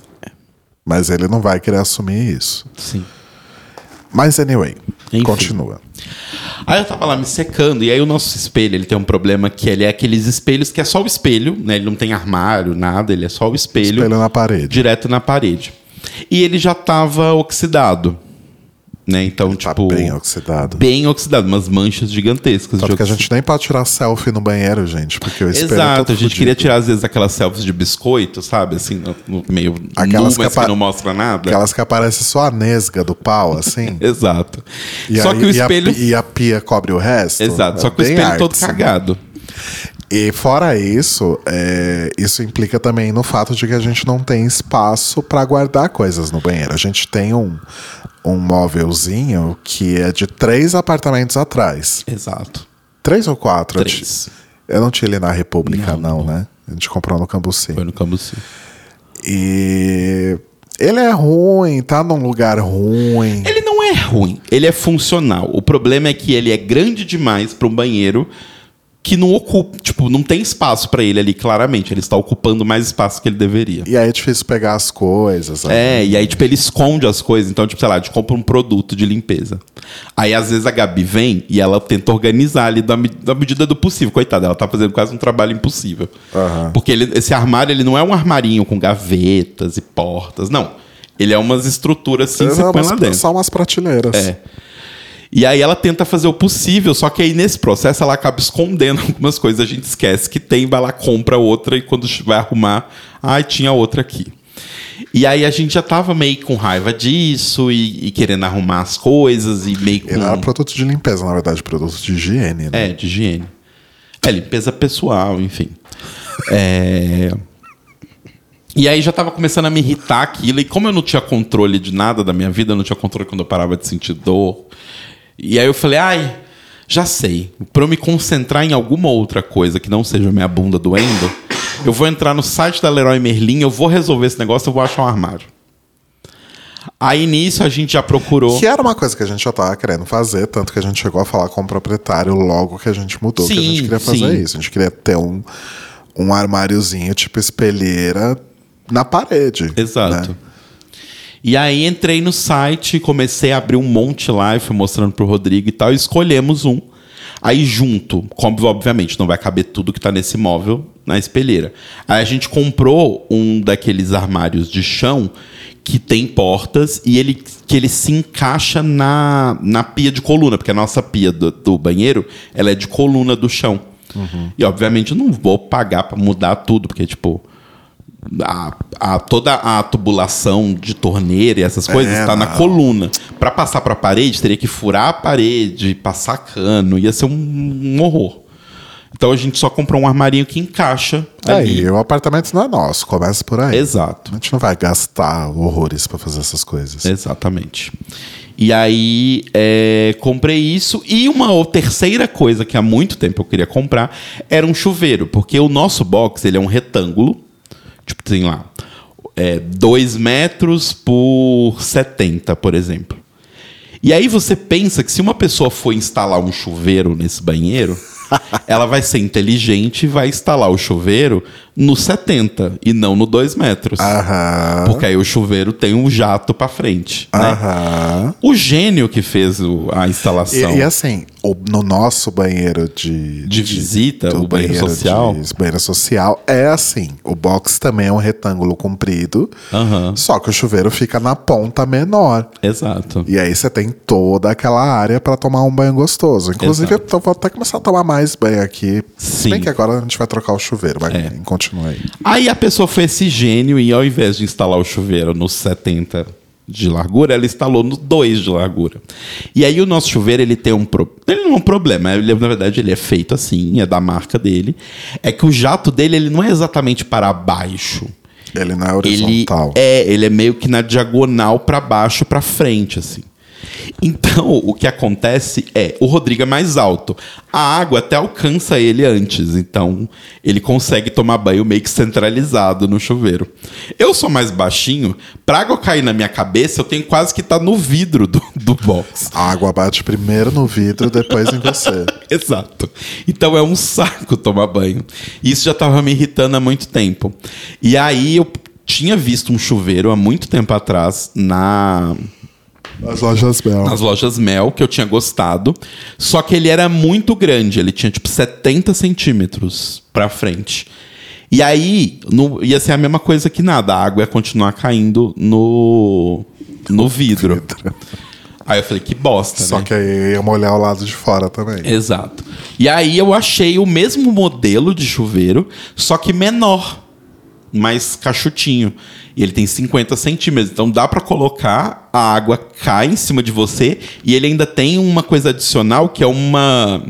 Mas ele não vai querer assumir isso. Sim. Mas anyway, Enfim. Continua. Aí eu tava lá me secando, e aí o nosso espelho, ele tem um problema que ele é aqueles espelhos que é só o espelho, né? Ele não tem armário, nada, ele é só o espelho. Espelho na parede. Direto na parede. E ele já tava oxidado. Né? Então, Tá tipo. bem oxidado. Bem oxidado, umas manchas gigantescas. Tanto de que a oxi- gente nem pode tirar selfie no banheiro, gente, porque o espelho é Exato, todo a gente fudido. queria tirar às vezes aquelas selfies de biscoito, sabe? Assim, no, no meio Aquelas nu, mas que apa- que não mostra nada. Aquelas que aparece só a nesga do pau, assim. Exato. E Só aí- que o e a espelho. pi- E a, pia cobre o resto. Exato, É só que o bem espelho todo artsy. cagado. E fora isso, é, isso implica também no fato de que a gente não tem espaço para guardar coisas no banheiro. A gente tem um, um móvelzinho que é de três apartamentos atrás. Exato. Três ou quatro? Três. Eu não tinha ele na República, não, Não, não. né? A gente comprou no Cambuci. Foi no Cambuci. E ele é ruim, tá num lugar ruim. Ele não é ruim, ele é funcional. O problema é que ele é grande demais para um banheiro que não ocupa, tipo, não tem espaço para ele ali, claramente. Ele está ocupando mais espaço que ele deveria. E aí é difícil pegar as coisas. aí. É, e aí, tipo, ele esconde as coisas. Então, tipo, sei lá, a gente compra um produto de limpeza. Aí, às vezes, a Gabi vem e ela tenta organizar ali da, me- da medida do possível. Coitada, ela tá fazendo quase um trabalho impossível. Aham. Porque ele- esse armário, ele não é um armarinho com gavetas e portas, não. Ele é umas estruturas assim, que você São põe umas- lá dentro. São umas prateleiras. É. E aí ela tenta fazer o possível, só que aí nesse processo ela acaba escondendo algumas coisas. A gente esquece que tem, vai lá, compra outra e quando vai arrumar, ai, tinha outra aqui. E aí a gente já tava meio com raiva disso e, e querendo arrumar as coisas e meio com... Ele era produto de limpeza, na verdade, produto de higiene, né? É, de higiene. É, limpeza pessoal, enfim. É... E aí já tava começando a me irritar aquilo. E como eu não tinha controle de nada da minha vida, eu não tinha controle quando eu parava de sentir dor. E aí eu falei, ai, já sei. Pra eu me concentrar em alguma outra coisa que não seja minha bunda doendo, eu vou entrar no site da Leroy Merlin, eu vou resolver esse negócio, eu vou achar um armário. Aí nisso a gente já procurou... Que era uma coisa que a gente já tava querendo fazer, tanto que a gente chegou a falar com o proprietário logo que a gente mudou, que a Sim, gente queria fazer sim. isso. A gente queria ter um, um armáriozinho, tipo espelheira, na parede. Exato. né? E aí entrei no site, comecei a abrir um monte lá, e fui mostrando pro Rodrigo e tal, e escolhemos um. Aí junto, como obviamente não vai caber tudo que tá nesse móvel na espelheira. Aí a gente comprou um daqueles armários de chão que tem portas e ele, que ele se encaixa na, na pia de coluna, porque a nossa pia do, do banheiro, ela é de coluna do chão. Uhum. E obviamente eu não vou pagar pra mudar tudo, porque tipo... A, a, toda a tubulação de torneira e essas coisas É, está na não. coluna. Para passar para a parede, teria que furar a parede, passar cano, ia ser um, um horror. Então a gente só comprou um armarinho que encaixa ali. Aí, o apartamento não é nosso, começa por aí. Exato. A gente não vai gastar horrores pra fazer essas coisas. Exatamente. E aí, é, comprei isso. E uma ou- terceira coisa que há muito tempo eu queria comprar era um chuveiro. Porque o nosso box, ele é um retângulo. Tipo, tem lá... é, dois metros por setenta, por exemplo. E aí você pensa que se uma pessoa for instalar um chuveiro nesse banheiro, ela vai ser inteligente e vai instalar o chuveiro no setenta e não no dois metros. Aham. Porque aí o chuveiro tem um jato pra frente. Né? Aham. O gênio que fez o- a instalação E, e assim, o- no nosso banheiro de... de visita, do o banheiro social. De, banheiro social é assim. O box também é um retângulo comprido, Aham. só que o chuveiro fica na ponta menor. Exato. E aí você tem toda aquela área pra tomar um banho gostoso. Inclusive, Exato. eu vou até começar a tomar mais banho aqui. Se bem Sim. que agora a gente vai trocar o chuveiro. Vai, É. continua aí. Aí a pessoa foi esse gênio e ao invés de instalar o chuveiro no setenta de largura, ela instalou no dois de largura. E aí o nosso chuveiro, ele tem um pro... ele não é um problema, ele, na verdade ele é feito assim, é da marca dele. É que o jato dele, ele não é exatamente para baixo. Ele não é Ele horizontal. é, ele é meio que na diagonal para baixo, para frente, assim. Então, o que acontece é, o Rodrigo é mais alto. A água até alcança ele antes, então ele consegue tomar banho meio que centralizado no chuveiro. Eu sou mais baixinho, pra água cair na minha cabeça, eu tenho quase que estar no vidro do, do box. A água bate primeiro no vidro, depois em você. Exato. Então é um saco tomar banho. Isso já estava me irritando há muito tempo. E aí eu tinha visto um chuveiro há muito tempo atrás na... As lojas Bel. nas lojas Mel, que eu tinha gostado. Só que ele era muito grande. Ele tinha, tipo, setenta centímetros pra frente. E aí, no- ia ser a mesma coisa que nada. A água ia continuar caindo no, no vidro. Aí eu falei, que bosta, Só né? que aí ia molhar o lado de fora também. Exato. E aí eu achei o mesmo modelo de chuveiro, só que menor. Mais cachutinho. E ele tem cinquenta centímetros. Então dá pra colocar, a água cai em cima de você e ele ainda tem uma coisa adicional que é uma...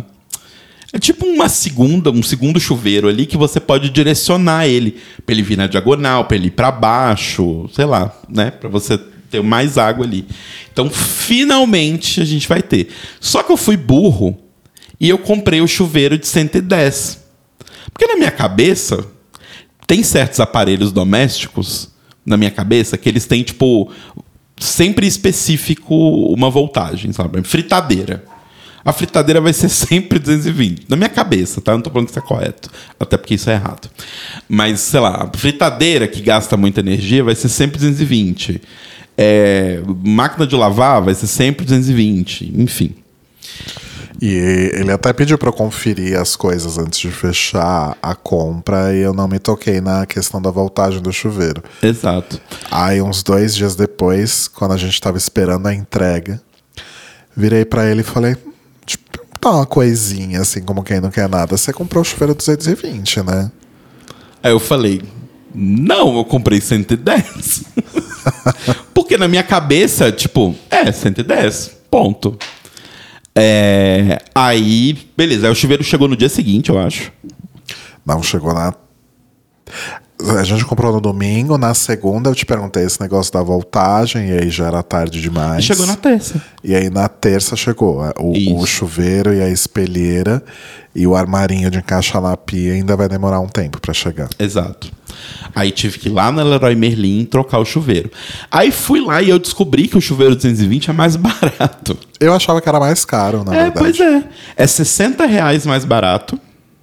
É tipo uma segunda, um segundo chuveiro ali que você pode direcionar ele. Pra ele vir na diagonal, pra ele ir pra baixo, sei lá, né? Pra você ter mais água ali. Então, finalmente, a gente vai ter. Só que eu fui burro e eu comprei o chuveiro de cento e dez. Porque na minha cabeça... Tem certos aparelhos domésticos, na minha cabeça, que eles têm, tipo, sempre específico uma voltagem, sabe? Fritadeira. A fritadeira vai ser sempre duzentos e vinte. Na minha cabeça, tá? Eu não tô falando que isso é correto. Até porque isso é errado. Mas, sei lá, a fritadeira que gasta muita energia vai ser sempre duzentos e vinte. É, máquina de lavar vai ser sempre duzentos e vinte. Enfim. E ele até pediu pra eu conferir as coisas antes de fechar a compra e eu não me toquei na questão da voltagem do chuveiro. Exato. Aí, uns dois dias depois, quando a gente tava esperando a entrega, virei pra ele e falei: tipo, tá uma coisinha assim, como quem não quer nada. Você comprou o chuveiro duzentos e vinte, né? Aí eu falei, não, eu comprei cento e dez. Porque na minha cabeça, tipo, é, cento e dez, ponto. É, aí, beleza, aí o chuveiro chegou no dia seguinte, eu acho. Não, chegou na. A gente comprou no domingo, na segunda eu te perguntei esse negócio da voltagem, e aí já era tarde demais. E chegou na terça. E aí na terça chegou é, o, Isso. o chuveiro e a espelheira e o armarinho de encaixar na pia ainda vai demorar um tempo pra chegar. Exato. Aí tive que ir lá na Leroy Merlin trocar o chuveiro. Aí fui lá e eu descobri que o chuveiro duzentos e vinte é mais barato. Eu achava que era mais caro, na É, verdade. pois é. É sessenta reais mais barato.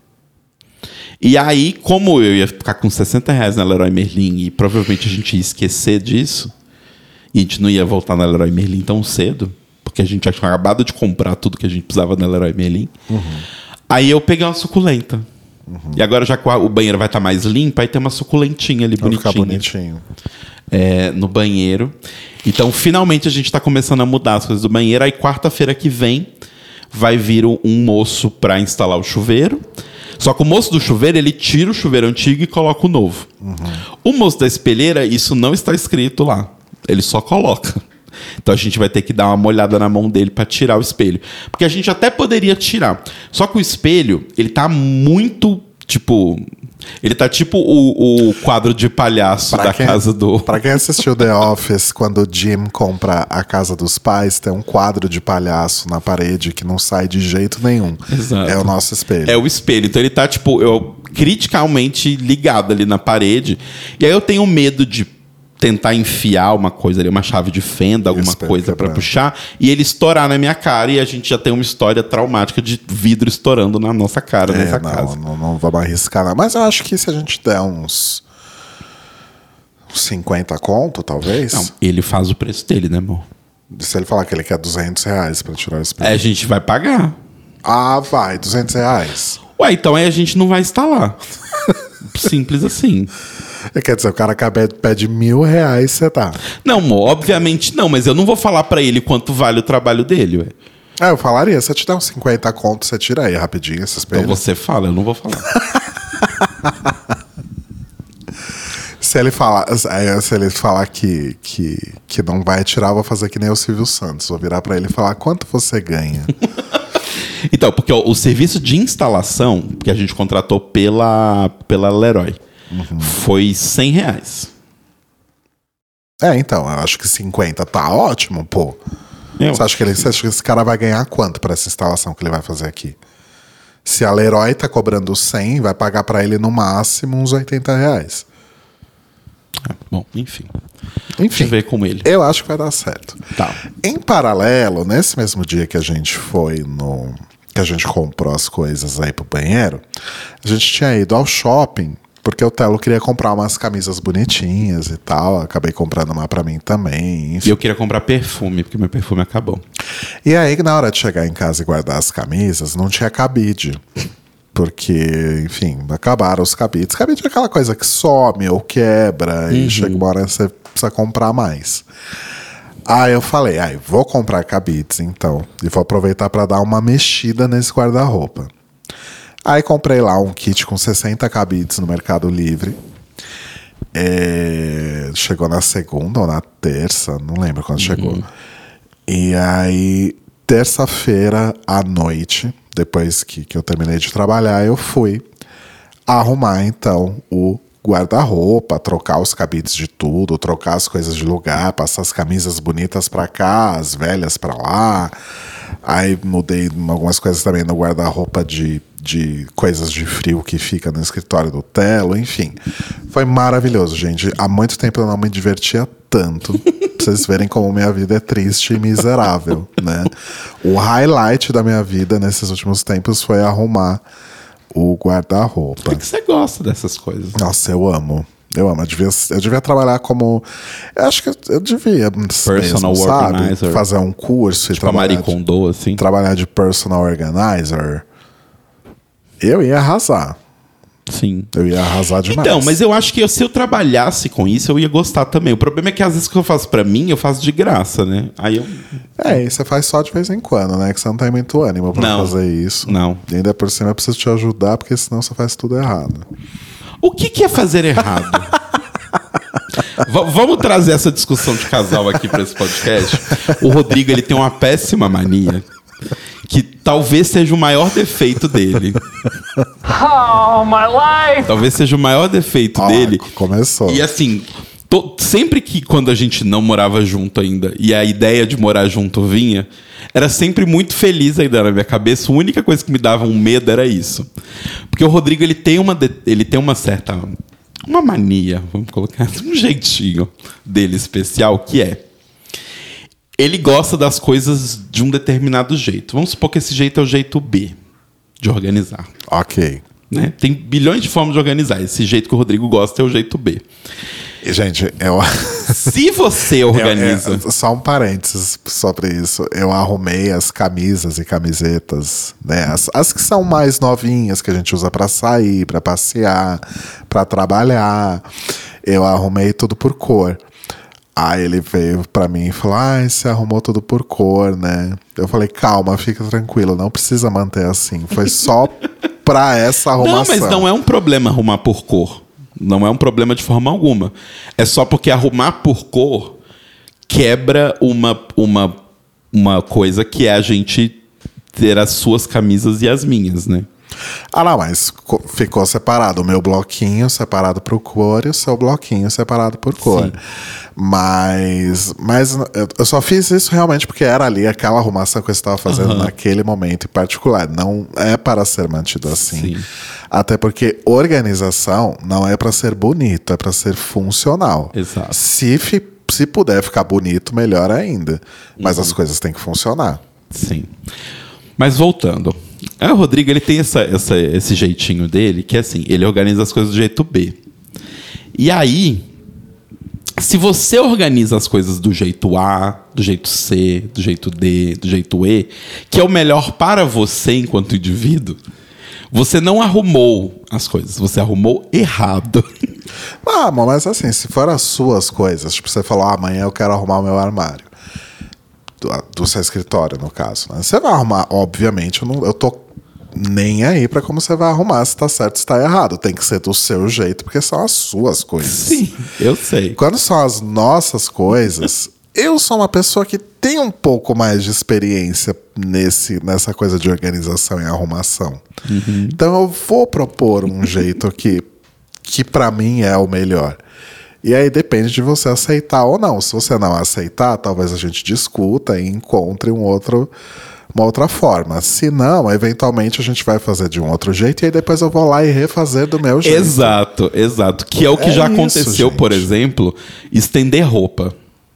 E aí, como eu ia ficar com sessenta reais na Leroy Merlin e provavelmente a gente ia esquecer disso, e a gente não ia voltar na Leroy Merlin tão cedo, porque a gente já tinha acabado de comprar tudo que a gente precisava na Leroy Merlin, Uhum. aí eu peguei uma suculenta. E agora, já que o banheiro vai estar mais limpo, aí tem uma suculentinha ali, Vai ficar bonitinha. bonitinho. É, no banheiro. Então, finalmente, a gente está começando a mudar as coisas do banheiro. Aí, quarta-feira que vem, vai vir um moço para instalar o chuveiro. Só que o moço do chuveiro, ele tira o chuveiro antigo e coloca o novo. Uhum. O moço da espelheira, isso não está escrito lá. Ele só coloca. Então a gente vai ter que dar uma molhada na mão dele para tirar o espelho. Porque a gente até poderia tirar. Só que o espelho, ele tá muito, tipo... Ele tá tipo o, o quadro de palhaço Pra da quem- casa do... Pra quem assistiu The Office, quando o Jim compra a casa dos pais, tem um quadro de palhaço na parede que não sai de jeito nenhum. Exato. É o nosso espelho. É o espelho. Então ele tá, tipo, eu, criticalmente ligado ali na parede. E aí eu tenho medo de tentar enfiar uma coisa ali, uma chave de fenda, alguma Isso, coisa pra quebrar. puxar, e ele estourar na minha cara, e a gente já tem uma história traumática de vidro estourando na nossa cara, É, nessa não, casa. não, não vamos arriscar nada. Mas eu acho que se a gente der uns cinquenta conto, talvez. Não, ele faz o preço dele, né, amor? Se ele falar que ele quer duzentos reais pra tirar o espelho. É, a gente vai pagar. Ah, vai, duzentos reais. Ué, então aí a gente não vai instalar. Simples assim. Quer dizer, o cara acaba- pede mil reais, você tá. Não, amor, obviamente não, mas eu não vou falar pra ele quanto vale o trabalho dele, ué. É, eu falaria, se eu te der uns cinquenta conto, você tira aí rapidinho esse espelho. Então você fala, eu não vou falar. Se ele falar, aí, se ele falar que, que, que não vai tirar, eu vou fazer que nem o Silvio Santos. Vou virar pra ele e falar, quanto você ganha? Então, porque ó, o serviço de instalação que a gente contratou pela, pela Leroy foi cem reais. É, então, eu acho que cinquenta tá ótimo, pô. Eu- Você acha que, ele, você acha que esse cara vai ganhar quanto pra essa instalação que ele vai fazer aqui? Se a Leroy tá cobrando cem, vai pagar pra ele no máximo uns oitenta reais. Bom, enfim. Deixa eu Enfim, ver com ele. eu acho que vai dar certo. Tá. Em paralelo, nesse mesmo dia que a gente foi no... que a gente comprou as coisas aí pro banheiro, a gente tinha ido ao shopping, porque o Telo queria comprar umas camisas bonitinhas e tal. Acabei comprando uma pra mim também, enfim. E eu queria comprar perfume, porque meu perfume acabou. E aí, na hora de chegar em casa e guardar as camisas, não tinha cabide. Porque, enfim, acabaram os cabides. Cabide é aquela coisa que some ou quebra e chega uma hora você precisa comprar mais. Aí eu falei, ai, vou comprar cabides então. E vou aproveitar para dar uma mexida nesse guarda-roupa. Aí comprei lá um kit com sessenta cabides no Mercado Livre. É, chegou na segunda ou na terça, não lembro quando chegou. E aí, terça-feira à noite, depois que, que eu terminei de trabalhar, eu fui arrumar então o guarda-roupa, trocar os cabides de tudo, trocar as coisas de lugar, passar as camisas bonitas pra cá, as velhas pra lá. Aí mudei algumas coisas também no guarda-roupa de, de coisas de frio que fica no escritório do Telo, enfim. Foi maravilhoso, gente. Há muito tempo eu não me divertia tanto. Pra vocês verem como minha vida é triste e miserável, né? O highlight da minha vida nesses últimos tempos foi arrumar o guarda-roupa. Por que você gosta dessas coisas? Nossa, eu amo. Eu amo. Eu devia, eu devia trabalhar como... Eu acho que eu, eu devia Personal mesmo, sabe? organizer. Fazer um curso e Tipo a trabalhar Marie Kondo, assim. trabalhar de personal organizer. Eu ia arrasar. Sim. Eu ia arrasar demais. Então, mas eu acho que eu- se eu trabalhasse com isso, eu ia gostar também. O problema é que às vezes que eu faço pra mim, eu faço de graça, né? Aí eu... É, e você faz só de vez em quando, né? Que você não tem muito ânimo pra Não. fazer isso. Não. E ainda por cima eu preciso te ajudar, porque senão você faz tudo errado. O que, que é fazer errado? V- vamos trazer essa discussão de casal aqui para esse podcast. O Rodrigo, ele tem uma péssima mania que talvez seja o maior defeito dele. Oh, my life! Talvez seja o maior defeito Ó, dele. começou. E assim, to- sempre que quando a gente não morava junto ainda e a ideia de morar junto vinha, era sempre muito feliz ainda na minha cabeça. A única coisa que me dava um medo era isso. Porque o Rodrigo, ele tem uma, de- ele tem uma certa... uma mania, vamos colocar um jeitinho dele especial, que é... ele gosta das coisas de um determinado jeito. Vamos supor que esse jeito é o jeito B de organizar. Ok. Né? Tem bilhões de formas de organizar. Esse jeito que o Rodrigo gosta é o jeito B. E, gente, eu... Se você organiza... Eu- eu- só um parênteses sobre isso. Eu arrumei as camisas e camisetas, né? As, as que são mais novinhas, que a gente usa pra sair, pra passear, pra trabalhar. Eu arrumei tudo por cor. Aí ele veio pra mim e falou: ah, você arrumou tudo por cor, né? Eu falei: calma, fica tranquilo, não precisa manter assim. Foi só pra essa arrumação. Não, mas não é um problema arrumar por cor. Não é um problema de forma alguma. É só porque arrumar por cor quebra uma, uma, uma coisa que é a gente ter as suas camisas e as minhas, né? Ah, não, mas co- ficou separado. O meu bloquinho separado por cor e o seu bloquinho separado por cor. Sim. Mas, mas eu- eu só fiz isso realmente porque era ali aquela arrumação que eu estava fazendo Aham. naquele momento em particular. Não é para ser mantido assim. Sim. Até porque organização não é para ser bonito, é para ser funcional. Exato. Se, fi- se puder ficar bonito, melhor ainda. Mas Uhum. as coisas têm que funcionar. Sim. Mas voltando. É, o Rodrigo, ele tem essa, essa, esse jeitinho dele, que é assim, ele organiza as coisas do jeito B. E aí, se você organiza as coisas do jeito A, do jeito C, do jeito D, do jeito E, que é o melhor para você enquanto indivíduo, você não arrumou as coisas, você arrumou errado. Ah, amor, mas assim, se for as suas coisas, tipo, você falou, ah, amanhã eu quero arrumar o meu armário. Do, do seu escritório, no caso, né? Você vai arrumar, obviamente, eu, não, eu tô nem aí pra como você vai arrumar, se tá certo, se tá errado. Tem que ser do seu jeito, porque são as suas coisas. Sim, eu sei. Quando são as nossas coisas, eu sou uma pessoa que tem um pouco mais de experiência nesse, nessa coisa de organização e arrumação. Então eu vou propor um jeito que, que para mim é o melhor. E aí depende de você aceitar ou não. Se você não aceitar, talvez a gente discuta e encontre um outro, uma outra forma. Se não, eventualmente a gente vai fazer de um outro jeito e aí depois eu vou lá e refazer do meu jeito. Exato, exato. Que é o que É já isso, aconteceu, gente. por exemplo, estender roupa.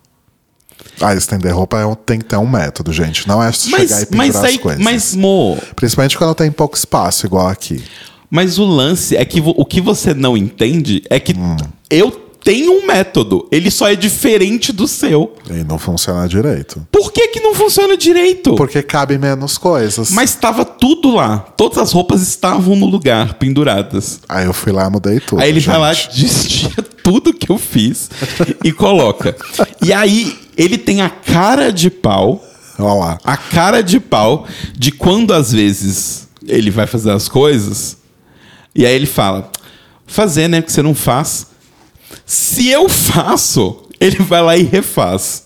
Ah, estender roupa é um- tem que ter um método, gente. Não é chegar Mas, e pendurar mas as aí, coisas. mas, Mo, Principalmente quando tem pouco espaço, igual aqui. mas o lance é que vo- o que você não entende é que Hum. eu tenho um método. Ele só é diferente do seu. E não funciona direito. Por que que não funciona direito? Porque cabe menos coisas. Mas estava tudo lá. Todas as roupas estavam no lugar, penduradas. Aí eu fui lá e mudei tudo. Aí ele vai lá, gente. destira tudo que eu fiz e coloca. E aí ele tem a cara de pau, Olha lá. a cara de pau de quando às vezes ele vai fazer as coisas e aí ele fala, fazer, né, que você não faz. Se eu faço, ele vai lá e refaz.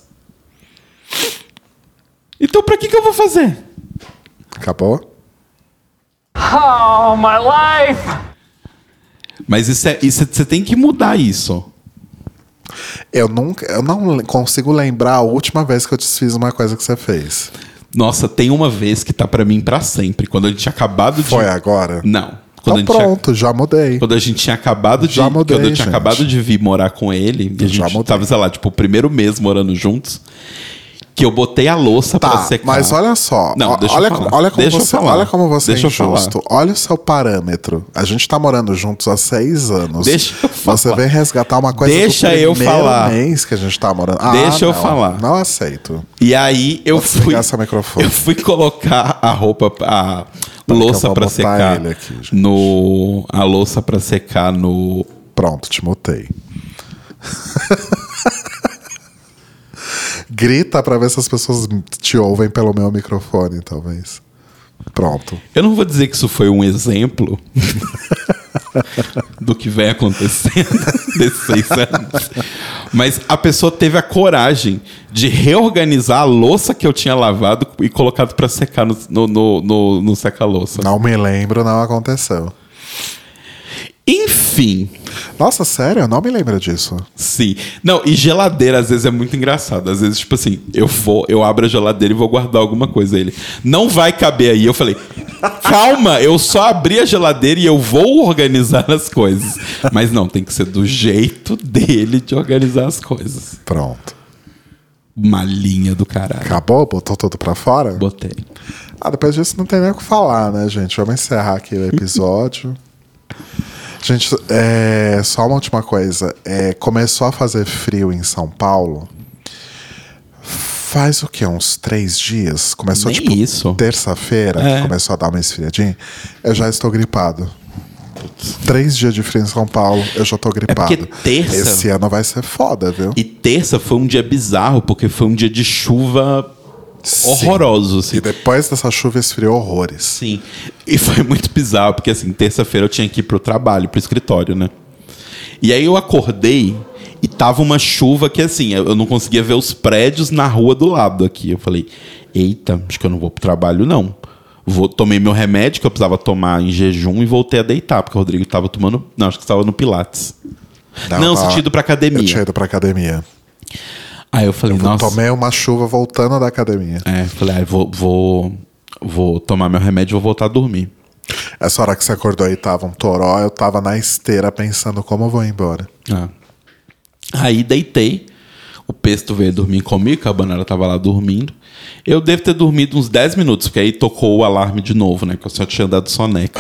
Então pra que que eu vou fazer? Acabou? Oh, my life! Mas isso é, isso, você tem que mudar isso. Eu nunca, eu não consigo lembrar a última vez que eu desfiz uma coisa que você fez. Nossa, tem uma vez que tá pra mim pra sempre. Quando a gente tinha acabado de... Foi agora? Não. Quando, Então a gente pronto, já mudei. tinha, quando a gente tinha acabado de... Já mudei, quando eu tinha gente. acabado de vir morar com ele, e a Já gente mudei. tava, sei lá, tipo, o primeiro mês morando juntos, que eu botei a louça pra Tá, secar. mas olha só. Não, ó, deixa olha, eu falar. olha como Deixa eu você, falar. olha como você Deixa é eu falar. injusto. Olha o seu parâmetro. A gente tá morando juntos há seis anos. Deixa eu falar. Você vem resgatar uma coisa Deixa do eu primeiro falar. mês que a gente tá morando. Ah, Deixa eu não, falar. Não aceito. E aí eu Pode fui... desligar seu microfone. Eu fui colocar a roupa... A que eu louça vou pra botar secar ele aqui, gente. no... A louça pra secar no... Pronto, te mutei. Grita pra ver se as pessoas te ouvem pelo meu microfone, talvez. Pronto. Eu não vou dizer que isso foi um exemplo do que vem acontecendo desses seis anos. Mas a pessoa teve a coragem de reorganizar a louça que eu tinha lavado e colocado pra secar no, no, no, no, no seca-louça. Não me lembro, não aconteceu. Enfim, Nossa, sério? Eu não me lembro disso. sim. Não, e geladeira às vezes é muito engraçado. Às vezes, tipo assim, eu vou, eu abro a geladeira e vou guardar alguma coisa. Ele, não vai caber aí. Eu falei, calma, eu só abri a geladeira e eu vou organizar as coisas. Mas não, tem que ser do jeito dele de organizar as coisas. Pronto. Uma linha do caralho. Acabou? Botou tudo pra fora? Botei. Ah, depois disso não tem nem o que falar, né, gente? Vamos encerrar aqui o episódio. Gente, é, só uma última coisa. É, começou a fazer frio em São Paulo. Faz o quê? Uns três dias? Começou, Nem tipo, isso. terça-feira, É. que começou a dar uma esfriadinha. Eu já estou gripado. Três dias de frio em São Paulo, eu já tô gripado. É porque terça- Esse ano vai ser foda, viu? E terça foi um dia bizarro, porque foi um dia de chuva horroroso, assim. E depois dessa chuva esfriou horrores. Sim. E foi muito bizarro, porque assim, terça-feira eu tinha que ir pro trabalho, pro escritório, né? E aí eu acordei e tava uma chuva que assim, eu não conseguia ver os prédios na rua do lado aqui. Eu falei, eita, acho que eu não vou pro trabalho, não. Vou, tomei meu remédio que eu precisava tomar em jejum e voltei a deitar, porque o Rodrigo tava tomando. Não, acho que estava no Pilates. Não, não você tinha ido pra academia. Eu tinha ido pra academia. Aí eu falei, eu nossa. Tomei uma chuva voltando da academia. É, falei, ah, vou, vou, vou tomar meu remédio e vou voltar a dormir. Essa hora que você acordou e tava um toró, eu tava na esteira pensando como eu vou embora. Ah. Aí deitei. O Pesto veio dormir comigo, que a Banana tava lá dormindo. Eu devo ter dormido uns dez minutos, porque aí tocou o alarme de novo, né? Que eu só tinha dado soneca.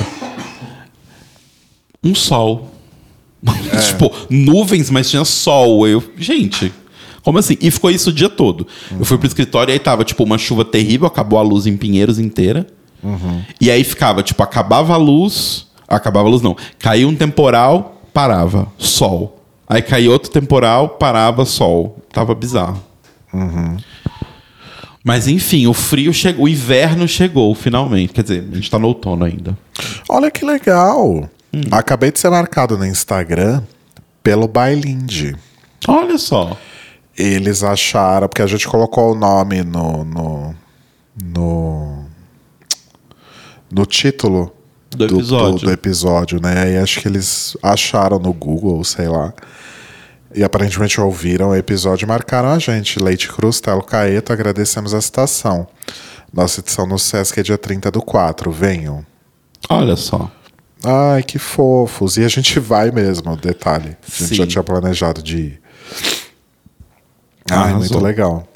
Um sol. É. Tipo, nuvens, mas tinha sol. Eu, gente, como assim? E ficou isso o dia todo. Uhum. Eu fui pro escritório e aí tava, tipo, uma chuva terrível, acabou a luz em Pinheiros inteira. Uhum. E aí ficava, tipo, acabava a luz. Acabava a luz, não. Caiu um temporal, parava. Sol. Aí caía outro temporal, parava, sol. Tava bizarro. Uhum. Mas enfim, o frio chegou, o inverno chegou finalmente. Quer dizer, a gente tá no outono ainda. Olha que legal. Hum. Acabei de ser marcado no Instagram pelo Bailinde. Olha só. Eles acharam, porque a gente colocou o nome no no, no, no título do episódio. Do, do, do episódio, né? E acho que eles acharam no Google, sei lá. E aparentemente ouviram o episódio e marcaram a gente. Leite Cruz, Telo Caeto, agradecemos a citação. Nossa edição no Sesc é dia trinta do quatro. Venham. Olha só. Ai, que fofos. E a gente vai mesmo, detalhe. A gente Sim. já tinha planejado de ir. Ai, Arrasou. Muito legal.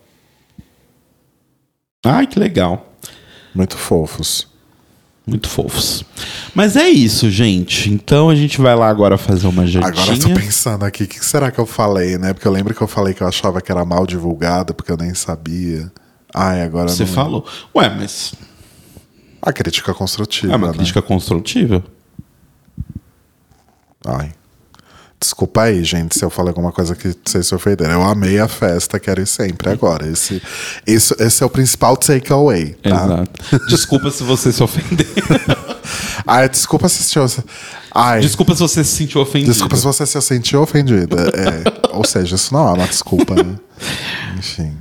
Ai, que legal. Muito fofos. Muito fofos. Mas é isso, gente. Então a gente vai lá agora fazer uma jantinha. Agora eu tô pensando aqui, o que será que eu falei, né? Porque eu lembro que eu falei que eu achava que era mal divulgada, porque eu nem sabia. Ai, agora Você não... falou. Ué, mas... A crítica construtiva, É uma né? crítica construtiva. Ai. Desculpa aí, gente, se eu falei alguma coisa que vocês se ofenderam. Eu amei a festa, quero ir sempre agora. Esse, esse, esse é o principal takeaway, tá? Exato. Desculpa se você se ofendeu. Ai, desculpa se você... Ai, desculpa se você se sentiu ofendido. Desculpa se você se sentiu ofendida. É, ou seja, isso não é uma desculpa, né? Enfim.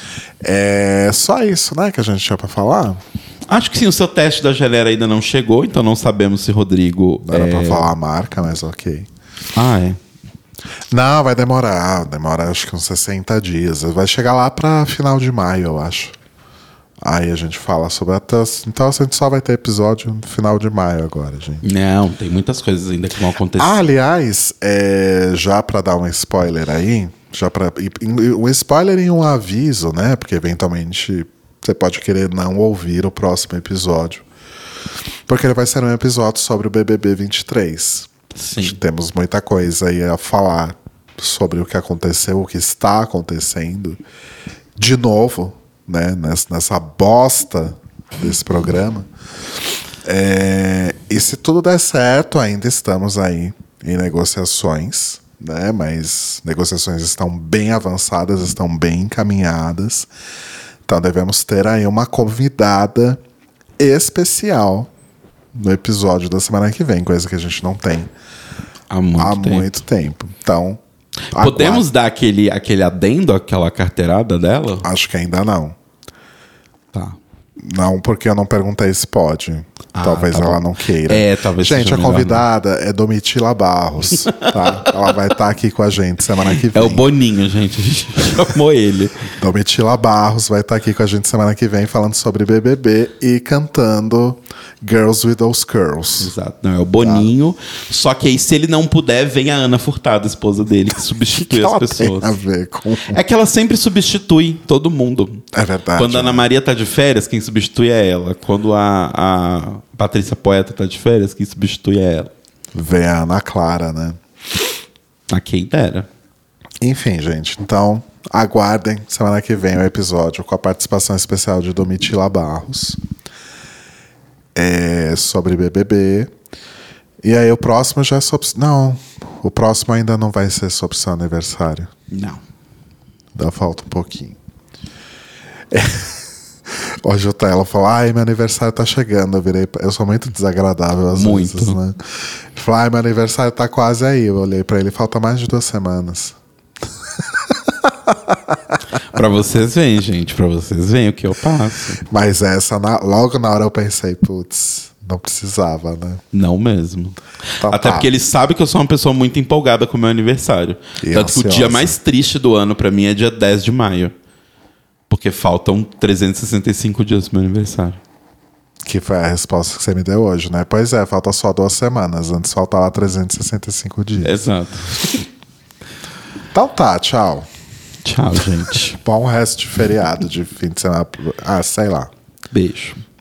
É só isso, né, que a gente tinha pra falar? Acho que sim, o seu teste da geleira ainda não chegou, então não sabemos se Rodrigo... Não era é... pra falar a marca, mas ok. Ah, é? Não, vai demorar. Demora acho que uns sessenta dias. Vai chegar lá pra final de maio, eu acho. Aí a gente fala sobre a... Então a gente só vai ter episódio no final de maio agora, gente. Não, tem muitas coisas ainda que vão acontecer. Ah, aliás, é... já pra dar um spoiler aí... Já pra... Um spoiler e um aviso, né? Porque eventualmente você pode querer não ouvir o próximo episódio. Porque ele vai ser um episódio sobre o B B B vinte e três. Sim. Temos muita coisa aí a falar sobre o que aconteceu, o que está acontecendo. De novo, né, nessa, nessa bosta desse programa. É, e se tudo der certo, ainda estamos aí em negociações, né, mas negociações estão bem avançadas, estão bem encaminhadas. Então devemos ter aí uma convidada especial no episódio da semana que vem, coisa que a gente não tem há muito, há tempo. muito tempo. Então, podemos aguarde. dar aquele, aquele adendo àquela carteirada dela? Acho que ainda não. Tá. Não, porque eu não perguntei se pode. Ah, talvez tá ela bom. não queira. É, talvez Gente, seja a convidada é Domitila Barros. Tá? Ela vai estar aqui com a gente semana que vem. É o Boninho, gente. A gente chamou ele. Domitila Barros vai estar aqui com a gente semana que vem falando sobre B B B e cantando Girls with Those Curls. Exato. Não, é o Boninho. Tá. Só que aí, se ele não puder, vem a Ana Furtado, esposa dele, que substitui que as ela pessoas. Tem a ver com... É que ela sempre substitui todo mundo. É verdade. Quando a Ana né? Maria tá de férias, quem substitui é ela. Quando a, a Patrícia Poeta tá de férias, quem substitui é ela. Vem a Ana Clara, né? A quem dera. Enfim, gente. Então, aguardem semana que vem o episódio com a participação especial de Domitila Barros. É sobre B B B. E aí o próximo já é sobre... Não, o próximo ainda não vai ser sobre seu aniversário. Não. Dá falta um pouquinho. É... Hoje o Taylor falou, ai, meu aniversário tá chegando. Eu virei, eu sou muito desagradável às muito. vezes, né? Ele falou, ai, meu aniversário tá quase aí. Eu olhei pra ele, falta mais de duas semanas. Pra vocês verem, gente. Pra vocês verem o que eu passo. Mas essa, na- logo na hora eu pensei, putz, não precisava, né? Não mesmo. Então Até tá. porque ele sabe que eu sou uma pessoa muito empolgada com o meu aniversário. E Tanto que o ansiosa. dia mais triste do ano pra mim é dia dez de maio. Porque faltam trezentos e sessenta e cinco dias pro meu aniversário. Que foi a resposta que você me deu hoje, né? Pois é, falta só duas semanas. Antes faltava trezentos e sessenta e cinco dias. Exato. Então tá, tchau. Tchau, gente. Bom resto de feriado, de fim de semana. Ah, sei lá. Beijo.